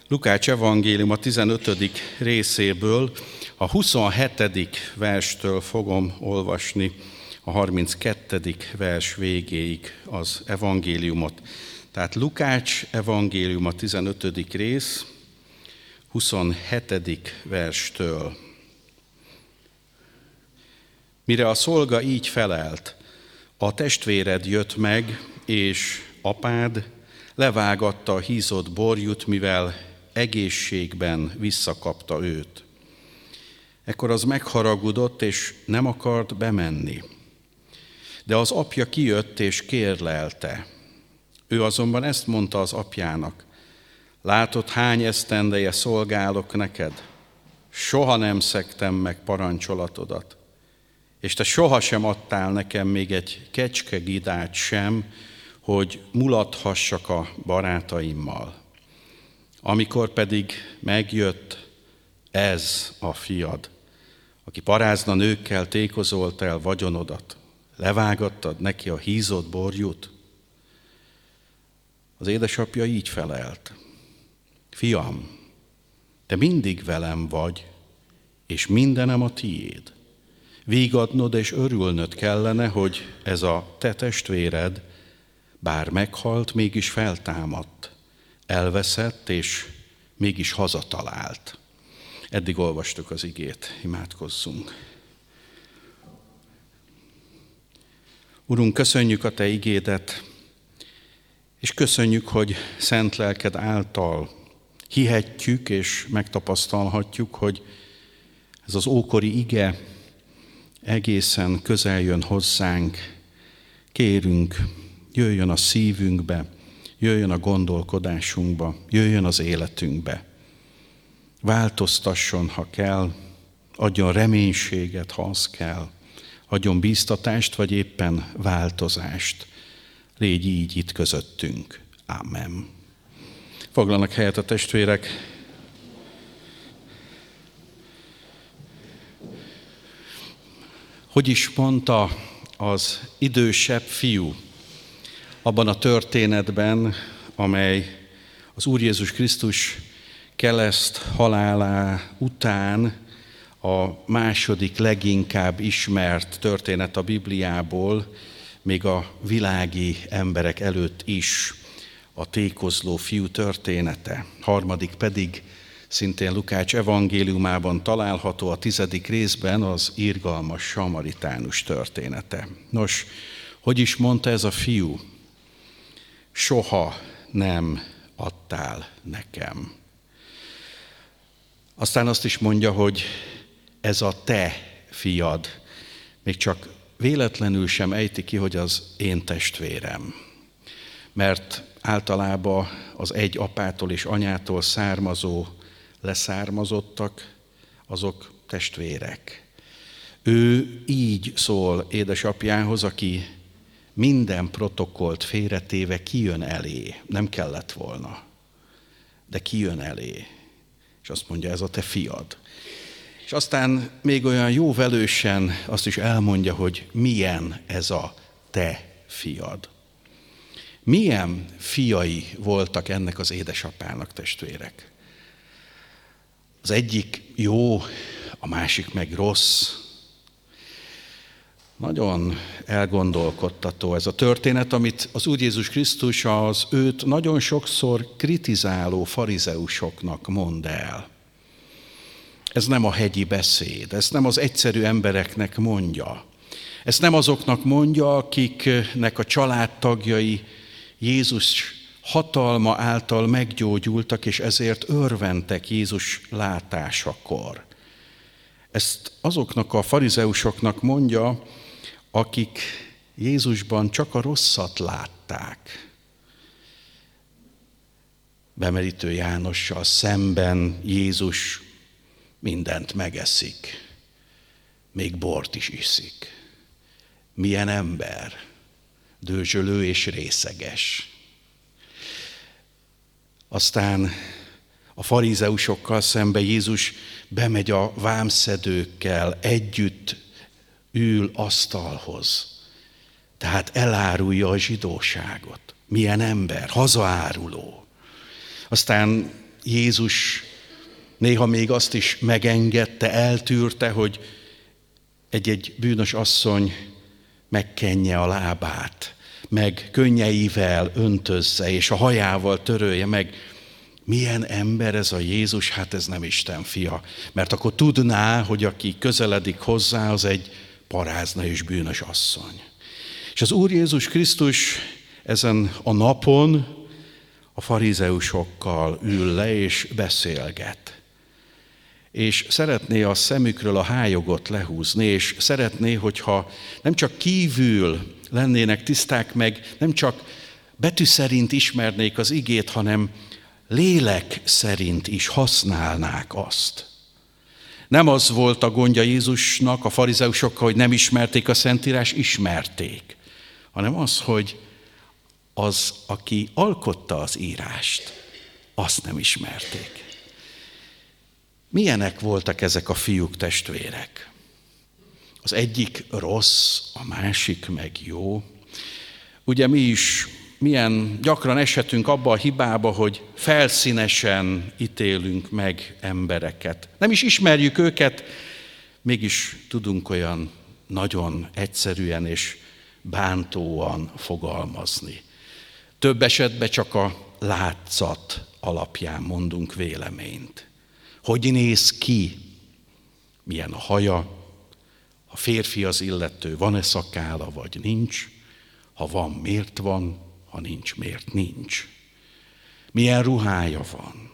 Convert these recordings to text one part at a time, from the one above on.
Lukács evangélium a 15. részéből, a 27. verstől fogom olvasni a 32. vers végéig az evangéliumot. Tehát Lukács evangélium a 15. rész, 27. verstől. Mire a szolga így felelt, a testvéred jött meg, és apád levágatta a hízott borjút, mivel egészségben visszakapta őt. Ekkor az megharagudott, és nem akart bemenni. De az apja kijött, és kérlelte. Ő azonban ezt mondta az apjának: látod, hány esztendeje szolgálok neked? Soha nem szegtem meg parancsolatodat, és te sohasem adtál nekem még egy kecskegidát sem, hogy mulathassak a barátaimmal. Amikor pedig megjött ez a fiad, aki parázna nőkkel tékozolt el vagyonodat, levágattad neki a hízott borjút? Az édesapja így felelt: fiam, te mindig velem vagy, és mindenem a tiéd. Vígadnod és örülnöd kellene, hogy ez a te testvéred, bár meghalt, mégis feltámadt, elveszett, és mégis hazatalált. Eddig olvastuk az igét, imádkozzunk. Urunk, köszönjük a te igédet, és köszönjük, hogy szent lelked által hihetjük és megtapasztalhatjuk, hogy ez az ókori ige egészen közel jön hozzánk. Kérünk, jöjjön a szívünkbe, jöjjön a gondolkodásunkba, jöjjön az életünkbe. Változtasson, ha kell, adjon reménységet, ha az kell, adjon bíztatást, vagy éppen változást. Légy így itt közöttünk. Ámen. Foglalnak helyet a testvérek. Hogy is mondta az idősebb fiú abban a történetben, amely az Úr Jézus Krisztus kereszt halálá után a második leginkább ismert történet a Bibliából, még a világi emberek előtt is, a tékozló fiú története. Harmadik pedig szintén Lukács evangéliumában található, a 10. részben az irgalmas samaritánus története. Nos, hogy is mondta ez a fiú? Soha nem adtál nekem. Aztán azt is mondja, hogy ez a te fiad. Még csak véletlenül sem ejti ki, hogy az én testvérem. Mert általában az egy apától és anyától származó leszármazottak, azok testvérek. Ő így szól édesapjához, aki minden protokollt félretéve kijön elé. Nem kellett volna, de kijön elé. És azt mondja, ez a te fiad. És aztán még olyan jó velősen azt is elmondja, hogy milyen ez a te fiad. Milyen fiai voltak ennek az édesapának, testvérek? Az egyik jó, a másik meg rossz. Nagyon elgondolkodtató ez a történet, amit az Úr Jézus Krisztus az őt nagyon sokszor kritizáló farizeusoknak mond el. Ez nem a hegyi beszéd, ezt nem az egyszerű embereknek mondja. Ezt nem azoknak mondja, akiknek a családtagjai Jézus hatalma által meggyógyultak, és ezért örventek Jézus látásakor. Ezt azoknak a farizeusoknak mondja, akik Jézusban csak a rosszat látták. Bemerítő Jánossal szemben Jézus mindent megeszik, még bort is iszik. Milyen ember, dőzsölő és részeges. Aztán a farizeusokkal szemben Jézus bemegy a vámszedőkkel, együtt ül asztalhoz. Tehát elárulja a zsidóságot. Milyen ember, hazaáruló. Aztán Jézus néha még azt is megengedte, eltűrte, hogy egy bűnös asszony megkenje a lábát, meg könnyeivel öntözze, és a hajával törölje meg. Milyen ember ez a Jézus? Hát ez nem Isten fia. Mert akkor tudná, hogy aki közeledik hozzá, az egy parázna és bűnös asszony. És az Úr Jézus Krisztus ezen a napon a farizeusokkal ül le és beszélget. És szeretné a szemükről a hályogot lehúzni, és szeretné, hogyha nem csak kívül lennének tiszták meg, nem csak betű szerint ismernék az igét, hanem lélek szerint is használnák azt. Nem az volt a gondja Jézusnak, a farizeusokkal, hogy nem ismerték a Szentírás, ismerték, hanem az, hogy az, aki alkotta az írást, azt nem ismerték. Milyenek voltak ezek a fiúk, testvérek? Az egyik rossz, a másik meg jó. Ugye mi is milyen gyakran eshetünk abba a hibába, hogy felszínesen ítélünk meg embereket. Nem is ismerjük őket, mégis tudunk olyan nagyon egyszerűen és bántóan fogalmazni. Több esetben csak a látszat alapján mondunk véleményt. Hogy néz ki, milyen a haja, a férfi az illető, van-e szakálla vagy nincs, ha van, miért van, ha nincs, miért nincs. Milyen ruhája van,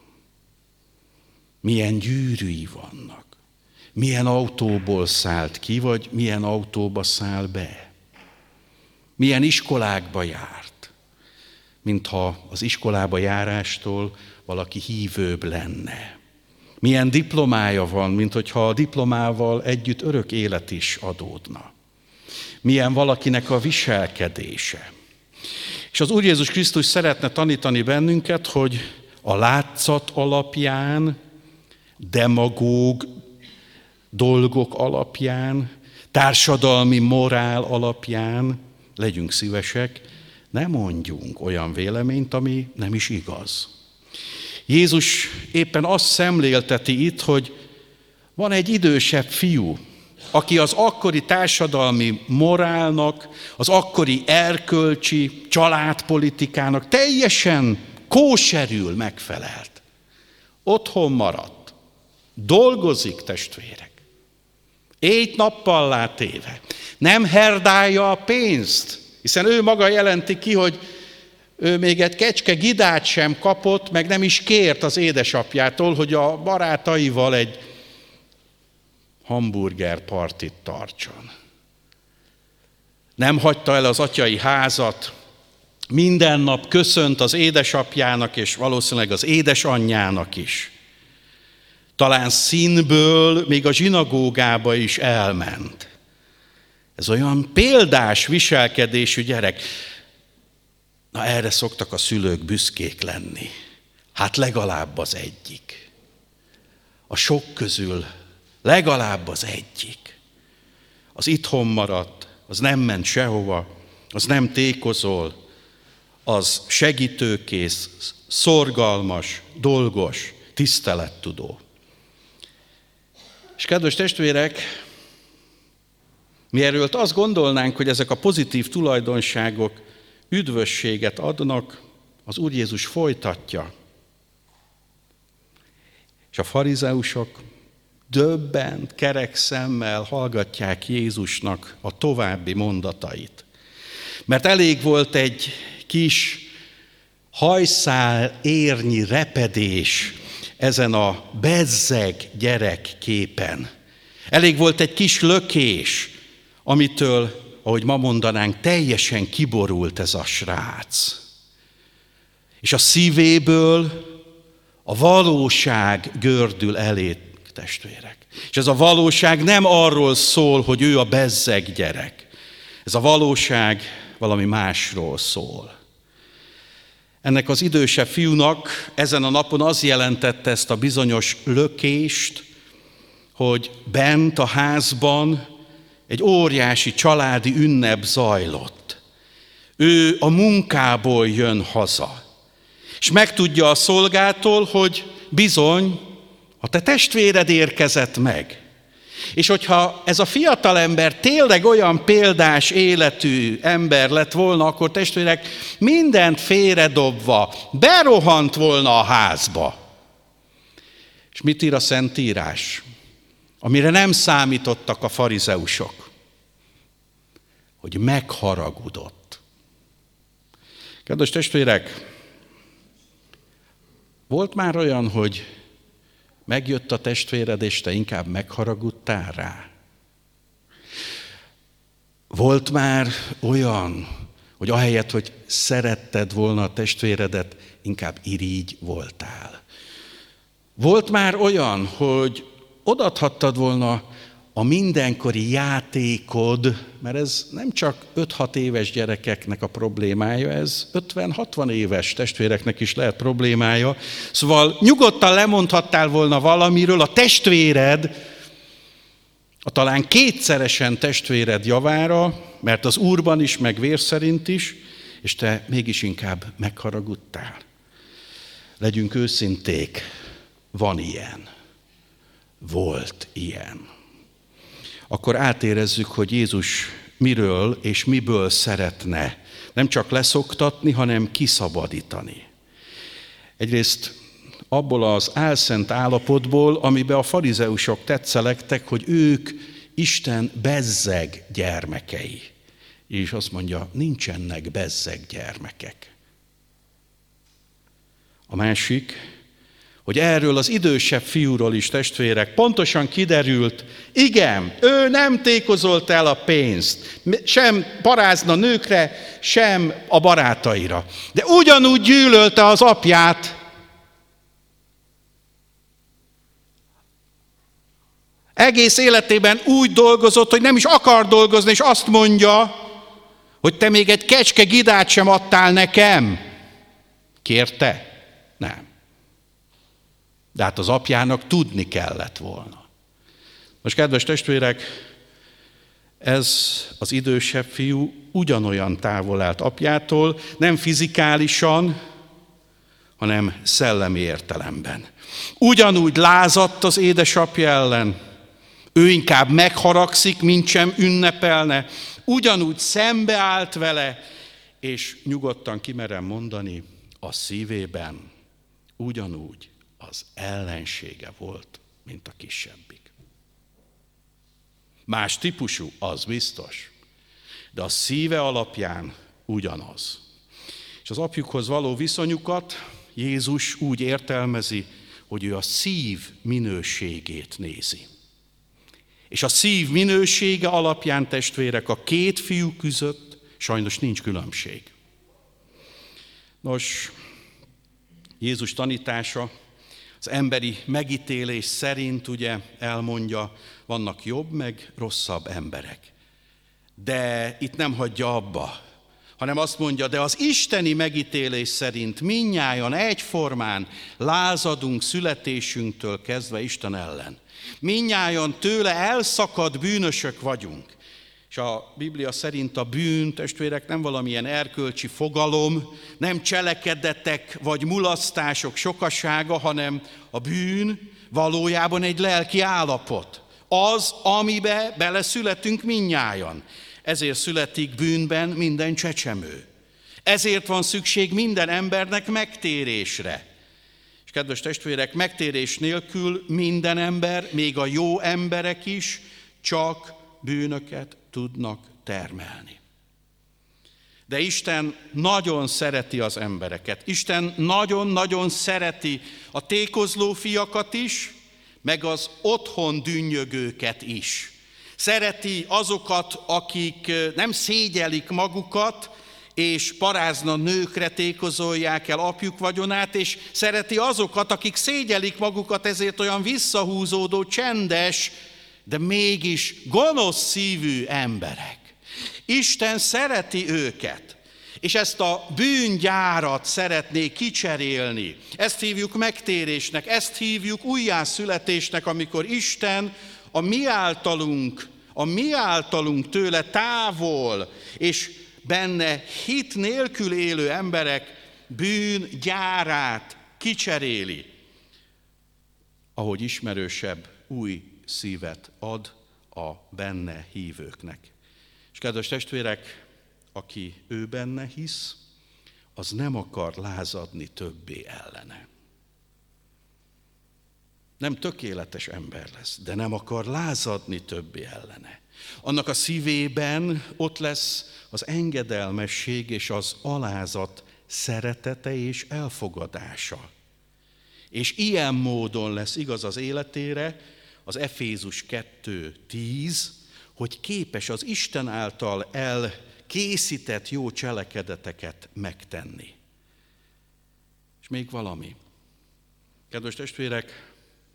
milyen gyűrűi vannak, milyen autóból szállt ki, vagy milyen autóba száll be, milyen iskolákba járt, mintha az iskolába járástól valaki hívőbb lenne. Milyen diplomája van, mint hogyha a diplomával együtt örök élet is adódna. Milyen valakinek a viselkedése. És az Úr Jézus Krisztus szeretne tanítani bennünket, hogy a látszat alapján, demagóg dolgok alapján, társadalmi morál alapján legyünk szívesek, ne mondjunk olyan véleményt, ami nem is igaz. Jézus éppen azt szemlélteti itt, hogy van egy idősebb fiú, aki az akkori társadalmi morálnak, az akkori erkölcsi családpolitikának teljesen kóserül megfelelt. Otthon maradt. Dolgozik, testvérek. Éjt-nappal látéve. Nem herdálja a pénzt, hiszen ő maga jelenti ki, hogy ő még egy kecske gidát sem kapott, meg nem is kért az édesapjától, hogy a barátaival egy hamburger partit tartson. Nem hagyta el az atyai házat, minden nap köszönt az édesapjának, és valószínűleg az édesanyjának is. Talán színből még a zsinagógába is elment. Ez olyan példás viselkedésű gyerek. Na, erre szoktak a szülők büszkék lenni. Hát legalább az egyik. A sok közül legalább az egyik. Az itthon maradt, az nem ment sehova, az nem tékozol, az segítőkész, szorgalmas, dolgos, tisztelettudó. És kedves testvérek, mi erről azt gondolnánk, hogy ezek a pozitív tulajdonságok üdvösséget adnak, az Úr Jézus folytatja. És a farizeusok döbbent, kerek szemmel hallgatják Jézusnak a további mondatait. Mert elég volt egy kis hajszál érnyi repedés ezen a bezzeg gyerek képen. Elég volt egy kis lökés, amitől, ahogy ma mondanánk, teljesen kiborult ez a srác. És a szívéből a valóság gördül elé, testvérek. És ez a valóság nem arról szól, hogy ő a bezzeg gyerek. Ez a valóság valami másról szól. Ennek az idősebb fiúnak ezen a napon az jelentette ezt a bizonyos lökést, hogy bent a házban egy óriási családi ünnep zajlott. Ő a munkából jön haza, és megtudja a szolgától, hogy bizony, a te testvéred érkezett meg. És hogyha ez a fiatalember tényleg olyan példás életű ember lett volna, akkor testvérek, mindent félredobva berohant volna a házba. És mit ír a Szentírás? Amire nem számítottak a farizeusok, hogy megharagudott. Kedves testvérek, volt már olyan, hogy megjött a testvéred, és te inkább megharagudtál rá? Volt már olyan, hogy ahelyett, hogy szeretted volna a testvéredet, inkább irigy voltál? Volt már olyan, hogy odaadhattad volna a mindenkori játékod, mert ez nem csak 5-6 éves gyerekeknek a problémája, ez 50-60 éves testvéreknek is lehet problémája. Szóval nyugodtan lemondhattál volna valamiről, a testvéred, a talán kétszeresen testvéred javára, mert az Úrban is, meg vér szerint is, és te mégis inkább megharagudtál. Legyünk őszinték, van ilyen, volt ilyen. Akkor átérezzük, hogy Jézus miről és miből szeretne nem csak leszoktatni, hanem kiszabadítani. Egyrészt abból az álszent állapotból, amiben a farizeusok tetszelegtek, hogy ők Isten bezzeg gyermekei. És azt mondja, nincsenek bezzeg gyermekek. A másik, hogy erről az idősebb fiúról is, testvérek, pontosan kiderült, igen, ő nem tékozolt el a pénzt, sem parázna nőkre, sem a barátaira. De ugyanúgy gyűlölte az apját. Egész életében úgy dolgozott, hogy nem is akar dolgozni, és azt mondja, hogy te még egy kecske gidát sem adtál nekem. Kérte? Nem. De hát az apjának tudni kellett volna. Most, kedves testvérek, ez az idősebb fiú ugyanolyan távol állt apjától, nem fizikálisan, hanem szellemi értelemben. Ugyanúgy lázadt az édesapja ellen, ő inkább megharagszik, mint sem ünnepelne, ugyanúgy szembeállt vele, és nyugodtan kimerem mondani, a szívében ugyanúgy az ellensége volt, mint a kisebbik. Más típusú, az biztos, de a szíve alapján ugyanaz. És az apjukhoz való viszonyukat Jézus úgy értelmezi, hogy ő a szív minőségét nézi. És a szív minősége alapján, testvérek, a két fiú között sajnos nincs különbség. Nos, Jézus tanítása az emberi megítélés szerint ugye elmondja, vannak jobb meg rosszabb emberek. De itt nem hagyja abba, hanem azt mondja, de az isteni megítélés szerint mindnyájan egyformán lázadunk születésünktől kezdve Isten ellen. Mindnyájan tőle elszakadt bűnösök vagyunk. És a Biblia szerint a bűn, testvérek, nem valamilyen erkölcsi fogalom, nem cselekedetek vagy mulasztások sokasága, hanem a bűn valójában egy lelki állapot. Az, amibe beleszületünk mindnyájan. Ezért születik bűnben minden csecsemő. Ezért van szükség minden embernek megtérésre. És kedves testvérek, megtérés nélkül minden ember, még a jó emberek is csak bűnöket tudnak termelni. De Isten nagyon szereti az embereket. Isten nagyon-nagyon szereti a tékozló fiakat is, meg az otthon dünnyögőket is. Szereti azokat, akik nem szégyelik magukat, és parázna nőkre tékozolják el apjuk vagyonát, és szereti azokat, akik szégyelik magukat, ezért olyan visszahúzódó, csendes, de mégis gonosz szívű emberek. Isten szereti őket, és ezt a bűngyárat szeretné kicserélni. Ezt hívjuk megtérésnek, ezt hívjuk újjászületésnek, amikor Isten a mi általunk tőle távol, és benne hit nélkül élő emberek bűngyárát kicseréli. ahogy ismerősebb, új szívet ad a benne hívőknek. És kedves testvérek, aki ő benne hisz, az nem akar lázadni többé ellene. Nem tökéletes ember lesz, de nem akar lázadni többé ellene. Annak a szívében ott lesz az engedelmesség és az alázat szeretete és elfogadása. És ilyen módon lesz igaz az életére, az Efézus 2:10, hogy képes az Isten által elkészített jó cselekedeteket megtenni. És még valami. Kedves testvérek,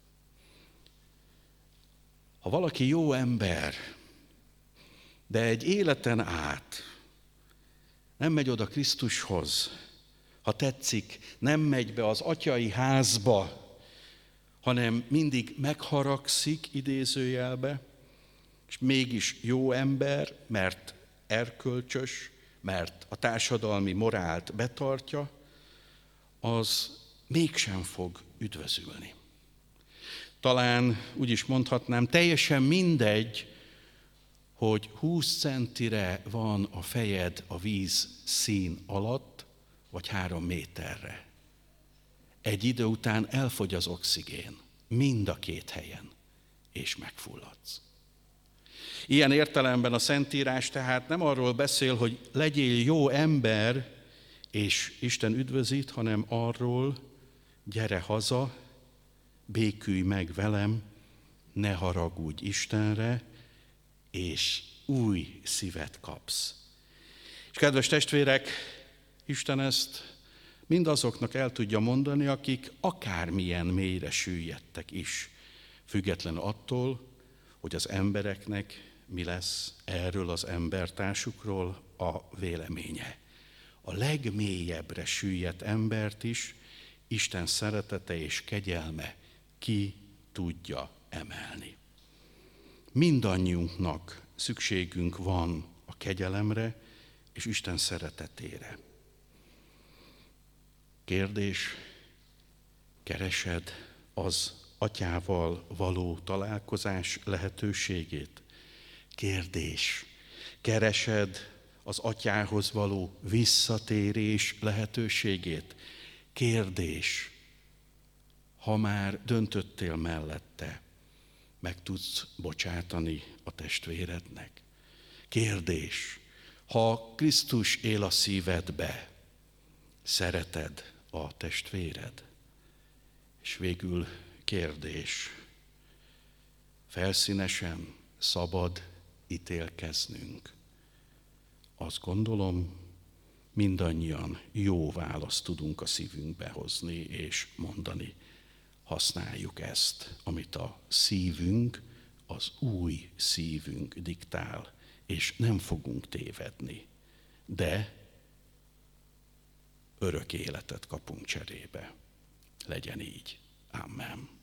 ha valaki jó ember, de egy életen át nem megy oda Krisztushoz, ha tetszik, nem megy be az atyai házba, hanem mindig megharagszik idézőjelbe, és mégis jó ember, mert erkölcsös, mert a társadalmi morált betartja, az mégsem fog üdvözülni. Talán úgy is mondhatnám, teljesen mindegy, hogy 20 centire van a fejed a víz szín alatt, vagy 3 méterre. Egy idő után elfogy az oxigén, mind a két helyen, és megfulladsz. Ilyen értelemben a Szentírás tehát nem arról beszél, hogy legyél jó ember, és Isten üdvözít, hanem arról, gyere haza, békülj meg velem, ne haragudj Istenre, és új szívet kapsz. És kedves testvérek, Isten ezt mindazoknak el tudja mondani, akik akármilyen mélyre süllyedtek is, függetlenül attól, hogy az embereknek mi lesz erről az embertársukról a véleménye. A legmélyebbre süllyedt embert is Isten szeretete és kegyelme ki tudja emelni. Mindannyiunknak szükségünk van a kegyelemre és Isten szeretetére. Kérdés, keresed az atyával való találkozás lehetőségét? Kérdés, keresed az atyához való visszatérés lehetőségét? Kérdés, ha már döntöttél mellette, meg tudsz bocsátani a testvérednek? Kérdés, ha Krisztus él a szívedbe, szereted a testvéred? És végül kérdés, felszínesen szabad ítélkeznünk? Azt gondolom, mindannyian jó választ tudunk a szívünkbe hozni és mondani. Használjuk ezt, amit a szívünk, az új szívünk diktál, és nem fogunk tévedni, de örök életet kapunk cserébe. Legyen így. Amen.